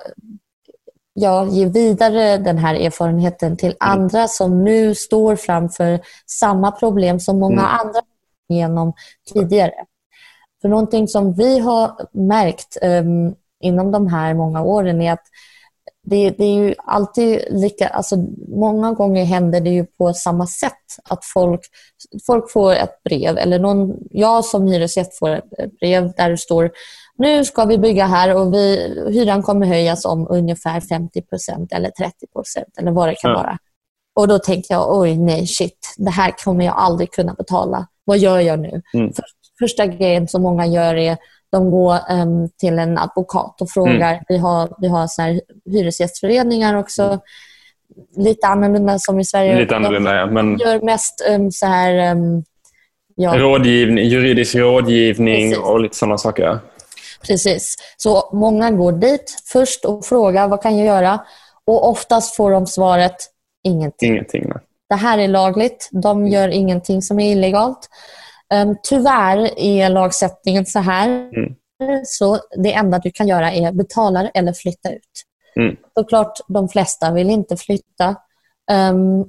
ja, ge vidare den här erfarenheten till andra som nu står framför samma problem som många mm. andra genom tidigare. För någonting som vi har märkt um, inom de här många åren är att det, det är ju alltid lika, alltså många gånger händer det ju på samma sätt, att folk, folk får ett brev, eller någon, jag som hyresgäst får ett brev där det står: nu ska vi bygga här och vi, hyran kommer höjas om ungefär femtio procent eller trettio procent eller vad det kan ja. vara. Och då tänker jag, oj nej shit, det här kommer jag aldrig kunna betala. Vad gör jag nu? Mm. För, första grejen som många gör är de går um, till en advokat och frågar. Mm. Vi har, vi har så här hyresgästföreningar också. Mm. Lite annorlunda som i Sverige. Lite annorlunda, ja. Men... De gör mest um, så här... Um, ja. Rådgivning, juridisk rådgivning. Precis. Och lite sådana saker. Precis. Så många går dit först och frågar vad kan jag göra? Och oftast får de svaret ingenting. Ingenting, nej. Det här är lagligt. De gör ingenting som är illegalt. Um, tyvärr är lagsättningen så här. Mm. Så det enda du kan göra är betala eller flytta ut. Mm. Såklart de flesta vill inte flytta. Um,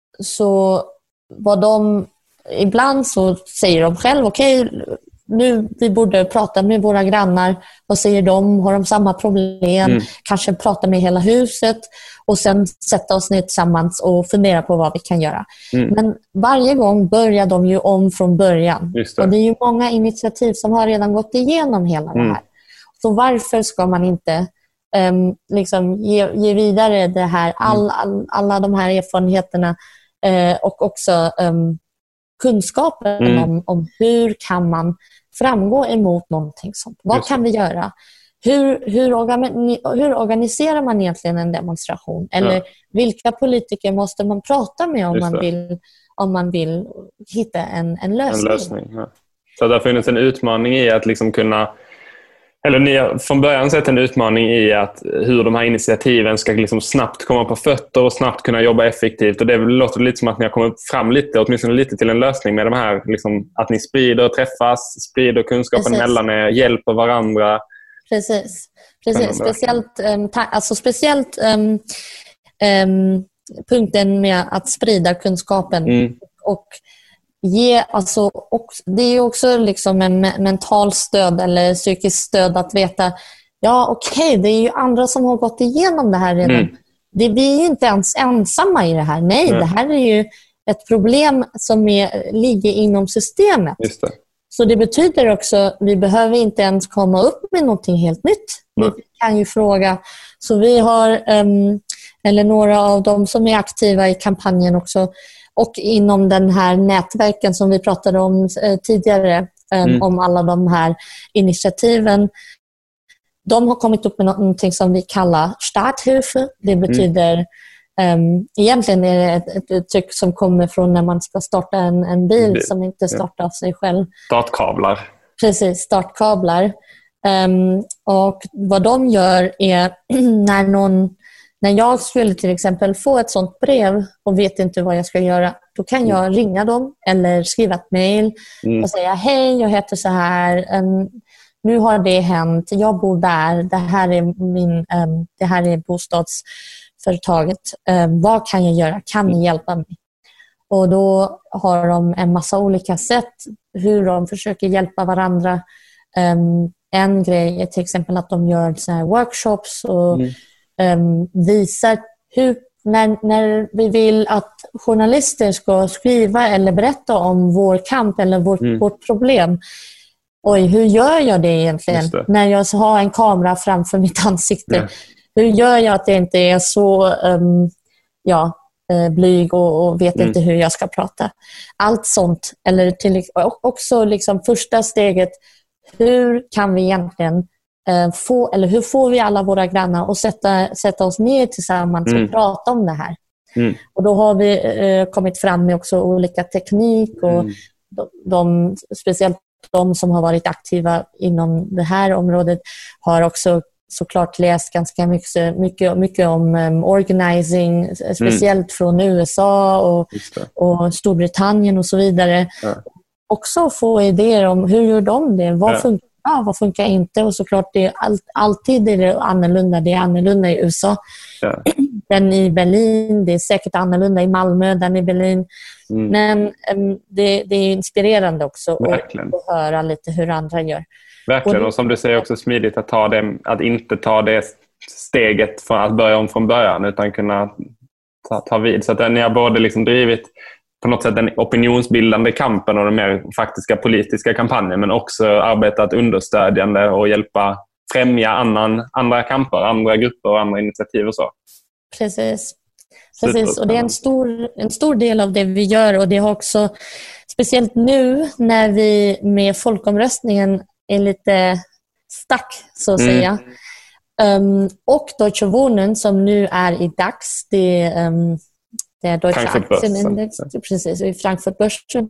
så vad de... Ibland så säger de själv, okej, okay, nu vi borde prata med våra grannar. Vad säger de? Har de samma problem? Mm. Kanske prata med hela huset och sen sätta oss ner tillsammans och fundera på vad vi kan göra. Mm. Men varje gång börjar de ju om från början. Just det. Och det är ju många initiativ som har redan gått igenom hela mm. det här. Så varför ska man inte um, liksom ge, ge vidare det här, all, all, alla de här erfarenheterna uh, och också um, kunskapen mm. om, om hur kan man framgå emot någonting sånt. Vad Just. kan vi göra? Hur, hur, organi- hur organiserar man egentligen en demonstration? Eller ja. vilka politiker måste man prata med om, man vill, om man vill hitta en, en lösning? En lösning ja. Så det har funnits en utmaning i att liksom kunna... Eller ni har från början sett en utmaning i att hur de här initiativen ska liksom snabbt komma på fötter och snabbt kunna jobba effektivt. Och det låter lite som att ni har kommit fram lite, åtminstone lite till en lösning med de här. Liksom, att ni sprider och träffas, sprider kunskapen Precis. mellan er, hjälper varandra. Precis. Precis. Speciellt, um, ta- alltså speciellt um, um, punkten med att sprida kunskapen mm. och ge, alltså, och det är också liksom en mental stöd eller psykiskt stöd att veta, ja okej, okay, det är ju andra som har gått igenom det här redan. Mm. Det, vi är ju inte ens ensamma i det här. Nej, mm. det här är ju ett problem som är, ligger inom systemet. Just det. Så det betyder också att vi behöver inte ens komma upp med någonting helt nytt. Mm. Vi kan ju fråga. Så vi har, um, eller några av dem som är aktiva i kampanjen också, och inom den här nätverken som vi pratade om eh, tidigare, eh, mm. om alla de här initiativen. De har kommit upp med någonting som vi kallar Starthilfe. Det betyder Um, egentligen är det ett, ett uttryck som kommer från när man ska starta en, en bil det, som inte startar av sig själv. Startkablar. Precis, startkablar. Um, och vad de gör är när någon när jag skulle till exempel få ett sånt brev och vet inte vad jag ska göra, då kan jag mm. ringa dem eller skriva ett mejl mm. och säga hej, jag heter så här, um, nu har det hänt, jag bor där, det här är min um, det här är bostadsföretaget, um, vad kan jag göra, kan ni hjälpa mig? Och då har de en massa olika sätt hur de försöker hjälpa varandra. Um, en grej är till exempel att de gör så här workshops och mm. um, visar hur, när, när vi vill att journalister ska skriva eller berätta om vår kamp eller vår, mm. vårt problem. Oj, hur gör jag det egentligen det. när jag har en kamera framför mitt ansikte? Yeah. Hur gör jag att det inte är så um, ja, blyg och, och vet mm. inte hur jag ska prata? Allt sånt. Eller till, också liksom första steget, hur kan vi egentligen eh, få, eller hur får vi alla våra grannar att sätta, sätta oss ner tillsammans mm. och prata om det här? Mm. Och då har vi eh, kommit fram med också olika teknik och mm. de, de, speciellt de som har varit aktiva inom det här området har också såklart läst ganska mycket, mycket, mycket om um, organizing, speciellt mm. från U S A och, och Storbritannien och så vidare. Ja. Också få idéer om hur gör de det, vad, ja. funkar, ja, vad funkar inte, och såklart det är all, alltid är det annorlunda, det är annorlunda i U S A. Ja. Den i Berlin, det är säkert annorlunda i Malmö, den i Berlin. Mm. Men um, det, det är inspirerande också att, att höra lite hur andra gör. Verkligen, och, och som du säger också smidigt att, ta det, att inte ta det steget från att börja om från början utan kunna ta, ta vid. Så att ni har både liksom drivit på något sätt den opinionsbildande kampen och den mer faktiska politiska kampanjen, men också arbetat understödjande och hjälpa främja annan, andra kamper, andra grupper och andra initiativ och så. Precis. Precis, och det är en stor, en stor del av det vi gör, och det har också, speciellt nu när vi med folkomröstningen är lite stack så att mm. säga. Um, och Deutsche Wohnen som nu är i DAX, det är, um, det är Deutsche Aktienindex, precis, i Frankfurtbörsen.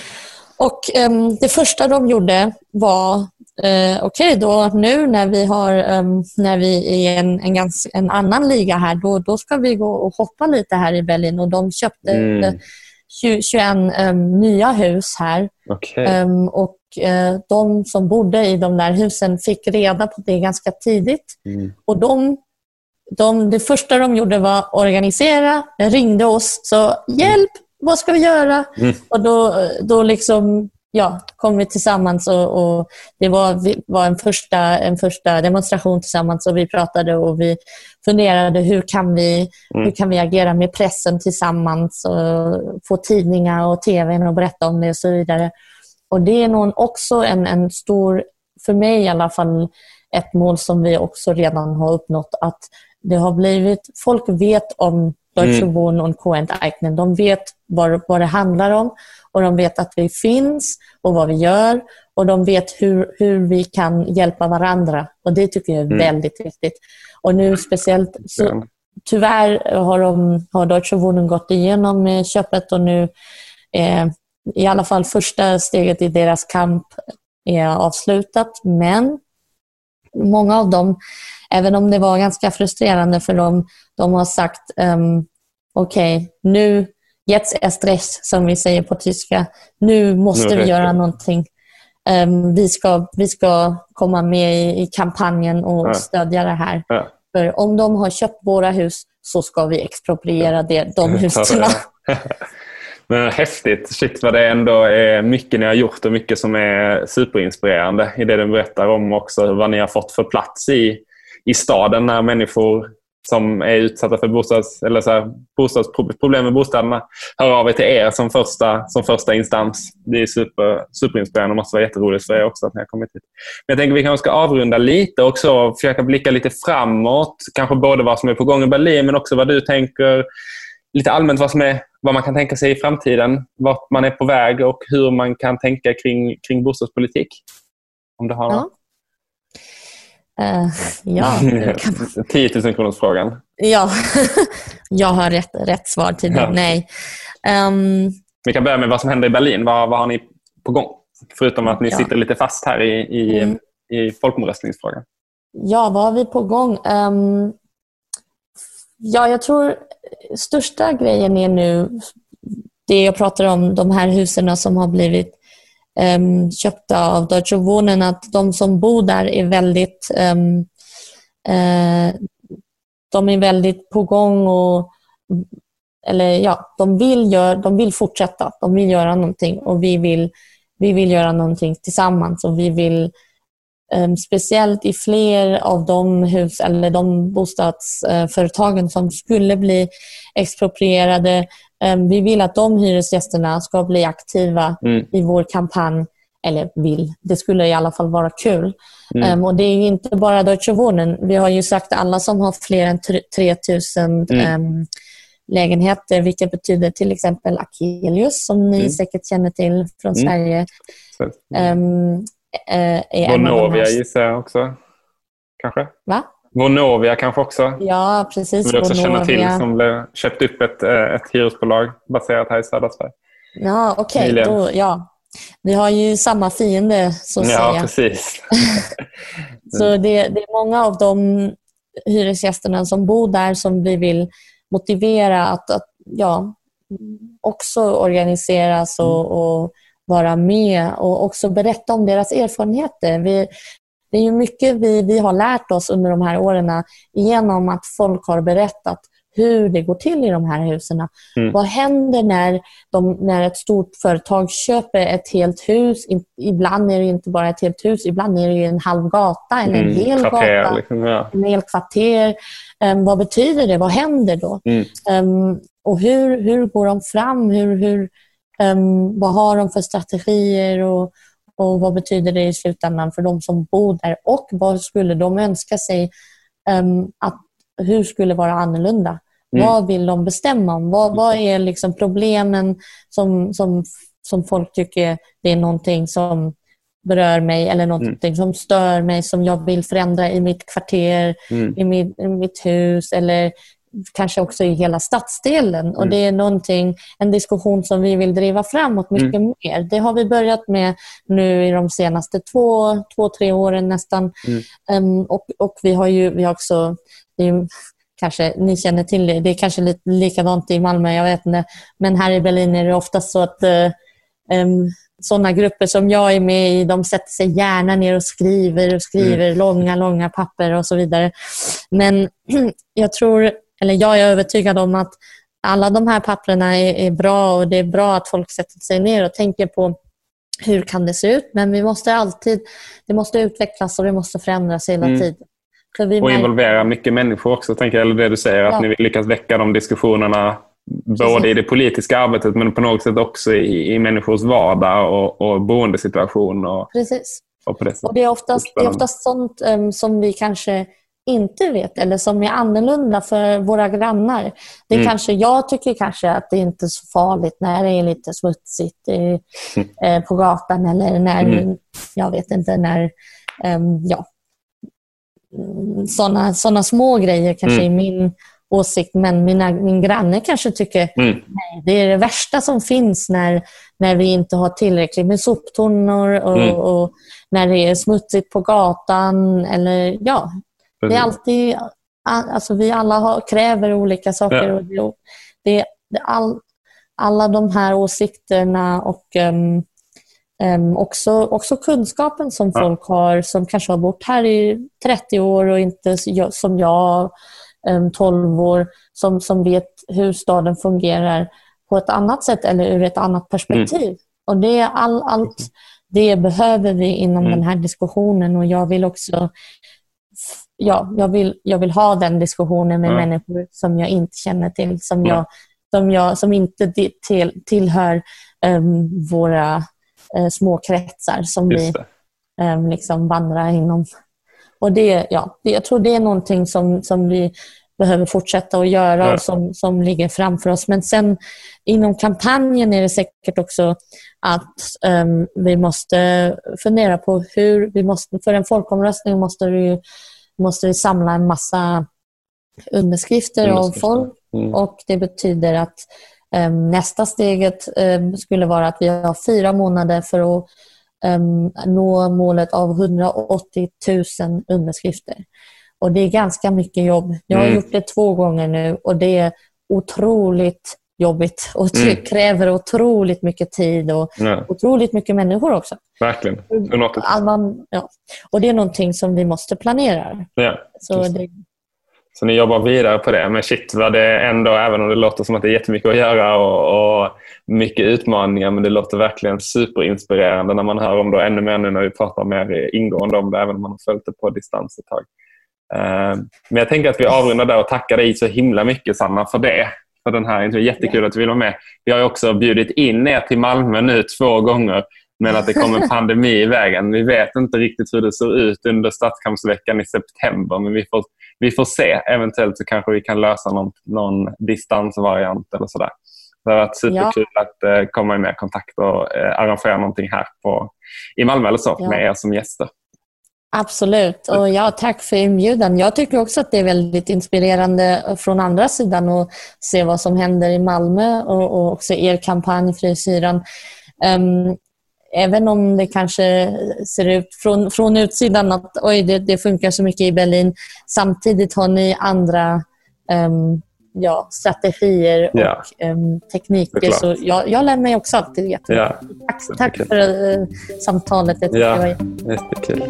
Och um, det första de gjorde var uh, okej okay, då nu när vi har um, när vi är en, en, gans, en annan liga här, då, då ska vi gå och hoppa lite här i Berlin, och de köpte mm. tjugoen um, nya hus här. Okay. Um, och uh, de som bodde i de där husen fick reda på det ganska tidigt. Mm. Och de, de, det första de gjorde var att organisera, ringde oss, så hjälp, vad ska vi göra? Mm. Och då, då liksom, ja, kom vi tillsammans och, och det var, var en, första, en första demonstration tillsammans, och vi pratade och vi funderade hur kan vi, mm. hur kan vi agera med pressen tillsammans och få tidningar och tvn och berätta om det och så vidare. Och det är nog också en, en stor, för mig i alla fall, ett mål som vi också redan har uppnått, att det har blivit, folk vet om Deutsche mm. Wohnen och K and Eichmann. De vet vad, vad det handlar om, och de vet att vi finns och vad vi gör, och de vet hur, hur vi kan hjälpa varandra, och det tycker jag är mm. väldigt viktigt. Och nu speciellt så, tyvärr har, de, har Deutsche Wohnen gått igenom med köpet, och nu eh, i alla fall första steget i deras kamp är avslutat, men många av dem, även om det var ganska frustrerande för dem, de har sagt um, okej, okay, nu jetzt erst recht, som vi säger på tyska, nu måste vi göra någonting. Um, vi, ska, vi ska komma med i, i kampanjen och ja. stödja det här. Ja. För om de har köpt våra hus så ska vi expropriera det, de husen. Men häftigt. Shit vad det ändå är mycket ni har gjort, och mycket som är superinspirerande i det du berättar om också. Vad ni har fått för plats i, i staden när människor som är utsatta för bostads, eller så här, bostadsproblem med bostäderna hör av er till er som första, som första instans. Det är super, superinspirerande och måste vara jätteroligt för er också att ni har kommit hit. Men jag tänker att vi kanske ska avrunda lite och också försöka blicka lite framåt. Kanske både vad som är på gång i Berlin, men också vad du tänker lite allmänt, vad som är, vad man kan tänka sig i framtiden, vart man är på väg och hur man kan tänka kring, kring bostadspolitik. Om du har ja. Uh, ja. tio tusen kronors frågan. Ja, jag har rätt, rätt svar till det. Ja. Nej. Um, Vi kan börja med vad som händer i Berlin. Vad, vad har ni på gång? Förutom att ni ja. sitter lite fast här i, i, mm. i folkomröstningsfrågan. Ja, vad har vi på gång? Um, ja, jag tror största grejen är nu det jag pratar om, de här husen som har blivit um, köpta av Deutsche Wohnen, att de som bor där är väldigt um, uh, de är väldigt på gång och eller ja, de vill gör, de vill fortsätta, de vill göra någonting och vi vill vi vill göra någonting tillsammans och vi vill um, speciellt i fler av de hus eller de bostadsföretagen uh, som skulle bli exproprierade. Um, vi vill att de hyresgästerna ska bli aktiva mm. i vår kampanj, eller vill. Det skulle i alla fall vara kul. Mm. Um, och det är ju inte bara Deutsche Wohnen. Vi har ju sagt alla som har fler än tre tusen mm. um, lägenheter, vilket betyder till exempel Akelius, som ni mm. säkert känner till från mm. Sverige. Um, äh, Vonovia gissar jag också. Kanske? Va? Vonovia kanske också. Ja, precis. Som vi också Vonovia. Känner till, som blev köpt upp ett, ett hyresbolag baserat här i södra Sverige. Ja, okej. Okay. Då, ja. Vi har ju samma fiende, så att ja, säga. Ja, precis. Så det, det är många av de hyresgästerna som bor där som vi vill motivera att, att ja, också organiseras och, och vara med och också berätta om deras erfarenheter. Vi, det är ju mycket vi, vi har lärt oss under de här åren genom att folk har berättat hur det går till i de här husen. Mm. Vad händer när, de, när ett stort företag köper ett helt hus? Ibland är det inte bara ett helt hus, ibland är det ju en halv gata eller en mm, hel kvarter, gata, liksom, ja. en hel kvarter. Um, vad betyder det? Vad händer då? Mm. Um, och hur, hur går de fram? Hur, hur, um, vad har de för strategier? Och, och vad betyder det i slutändan för de som bor där? Och vad skulle de önska sig um, att hur skulle vara annorlunda? Mm. Vad vill de bestämma om? Vad, vad är liksom problemen som, som, som folk tycker det är någonting som berör mig eller någonting mm. som stör mig, som jag vill förändra i mitt kvarter, mm. i, mitt, i mitt hus eller kanske också i hela stadsdelen. Mm. Och det är någonting, en diskussion som vi vill driva framåt mycket mm. mer. Det har vi börjat med nu i de senaste två, två tre åren nästan. Mm. Um, och, och vi har ju vi har också det är ju, kanske ni känner till det, det är kanske lite likadant i Malmö, jag vet inte, men här i Berlin är det ofta så att uh, um, sådana grupper som jag är med i, de sätter sig gärna ner och skriver och skriver mm. långa, långa papper och så vidare. Men jag tror, eller jag är övertygad om att alla de här papperna är, är bra och det är bra att folk sätter sig ner och tänker på hur kan det se ut, men vi måste alltid, det måste utvecklas och det måste förändras hela mm. tiden. Och involvera mycket människor också, tänker jag, eller det du säger, ja. Att ni lyckas väcka de diskussionerna både Precis. I det politiska arbetet men på något sätt också i, i människors vardag och, och boendesituation. Och, Precis. Och, på det, och det är oftast, det är oftast sånt um, som vi kanske inte vet eller som är annorlunda för våra grannar. Det mm. kanske, jag tycker kanske att det inte är så farligt när det är lite smutsigt i, mm. eh, på gatan eller när, mm. jag vet inte, när um, ja, sådana såna små grejer kanske mm. i min åsikt, men mina, min granne kanske tycker mm. nej, det är det värsta som finns när, när vi inte har tillräckligt med soptunnor och, mm. och när det är smutsigt på gatan eller ja, det är alltid, alltså vi alla har, kräver olika saker ja. och det, det, det all, alla de här åsikterna och um, um, också, också kunskapen som ja. folk har som kanske har bott här i trettio år och inte som jag tolv år som, som vet hur staden fungerar på ett annat sätt eller ur ett annat perspektiv. Mm. Och det är all, allt det behöver vi inom mm. den här diskussionen och jag vill också ja, jag vill, jag vill ha den diskussionen med mm. människor som jag inte känner till, som, mm. jag, som, jag, som inte till, tillhör um, våra uh, små kretsar som Just vi um, liksom vandrar inom. Och det, ja, det, jag tror det är någonting som, som vi behöver fortsätta att göra Ja. och som, som ligger framför oss. Men sen inom kampanjen är det säkert också att um, vi måste fundera på hur vi måste, för en folkomröstning måste vi, måste vi samla en massa underskrifter av folk. Mm. Och det betyder att um, nästa steget um, skulle vara att vi har fyra månader för att um, nå målet av hundraåttio tusen underskrifter. Och det är ganska mycket jobb. Jag har Mm. gjort det två gånger nu och det är otroligt jobbigt och Mm. kräver otroligt mycket tid och Ja, otroligt mycket människor också. verkligen. hundraåttio. All man, ja. Och det är någonting som vi måste planera. Ja. Så Just det, Så ni jobbar vidare på det. Men shit, vad det ändå, även om det låter som att det är jättemycket att göra och, och mycket utmaningar, men det låter verkligen superinspirerande när man hör om det, ännu mer nu när vi pratar mer ingående om det, även om man har följt det på distans ett tag. Uh, men jag tänker att vi avrundar där och tackar dig så himla mycket, Sanna, för det. För den här, det är jättekul att du vill vara med. Vi har ju också bjudit in er till Malmö nu två gånger, men att det kom en pandemi i vägen. Vi vet inte riktigt hur det ser ut under Stadskampsveckan i september, men vi får, vi får se. Eventuellt så kanske vi kan lösa någon, någon distansvariant eller sådär. Det har varit superkul ja. att eh, komma i mer kontakt och eh, arrangera någonting här på, i Malmö eller så, ja. med er som gäster. Absolut. Och ja, tack för inbjudan. Jag tycker också att det är väldigt inspirerande från andra sidan att se vad som händer i Malmö och, och också er kampanj Frisyran. Um, även om det kanske ser ut från, från utsidan att oj, det, det funkar så mycket i Berlin. Samtidigt har ni andra um, ja, strategier och ja. um, tekniker. Så jag, jag lär mig också alltid jättemycket. Ja. Tack, tack för uh, samtalet. Jag tycker ja, det var jättekul.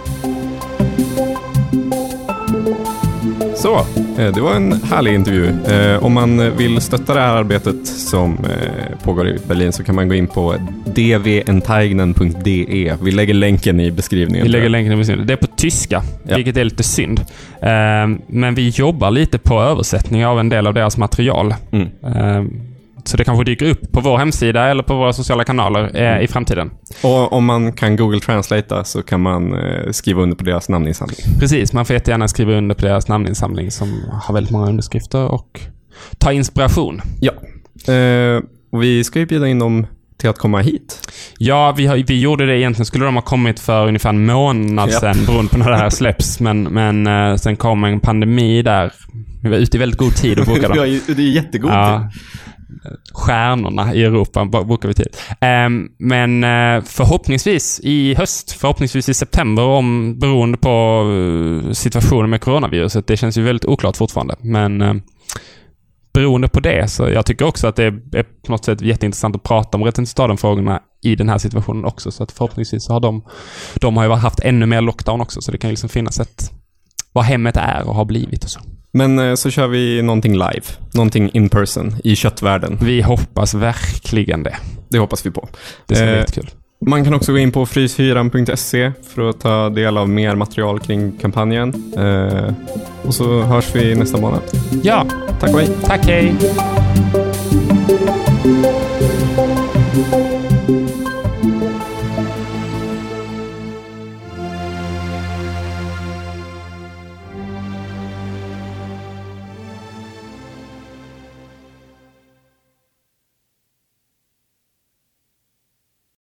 Så, det var en härlig intervju. Om man vill stötta det här arbetet som pågår i Berlin så kan man gå in på d v enteignen punkt d e. Vi lägger länken i beskrivningen. Vi lägger länken i beskrivningen. Det är på tyska, ja. vilket är lite synd. Men vi jobbar lite på översättning av en del av deras material. Mm. Så det kanske dyker upp på vår hemsida eller på våra sociala kanaler eh, i framtiden. Och om man kan Google Translate så kan man eh, skriva under på deras namninsamling. Precis, man får jättegärna skriva under på deras namninsamling som har väldigt många underskrifter och ta inspiration. Ja, eh, och vi ska ju bjuda in dem till att komma hit. Ja, vi, har, vi gjorde det egentligen. Skulle de ha kommit för ungefär en månad ja. sedan beroende på när det här släpps. Men, men eh, sen kom en pandemi där. Vi var ute i väldigt god tid och bokade dem. Ja, det är jättegod ja. tid. Stjärnorna i Europa bokar vi tid. Um, men uh, förhoppningsvis i höst, förhoppningsvis i september, om beroende på uh, situationen med coronaviruset. Det känns ju väldigt oklart fortfarande. Men uh, beroende på det, så jag tycker också att det är, är på något sätt jätteintressant att prata om rätten till staden-frågorna i den här situationen också. Så att förhoppningsvis så har de, de har ju haft ännu mer lockdown också, så det kan liksom finnas ett vad hemmet är och har blivit och så. Men så kör vi någonting live, någonting in person i köttvärlden. Vi hoppas verkligen det. Det hoppas vi på. Det är eh, kul. Man kan också gå in på fryshyran punkt se för att ta del av mer material kring kampanjen. Eh, och så hörs vi nästa månad. Ja, tack och hej. Tack, hej.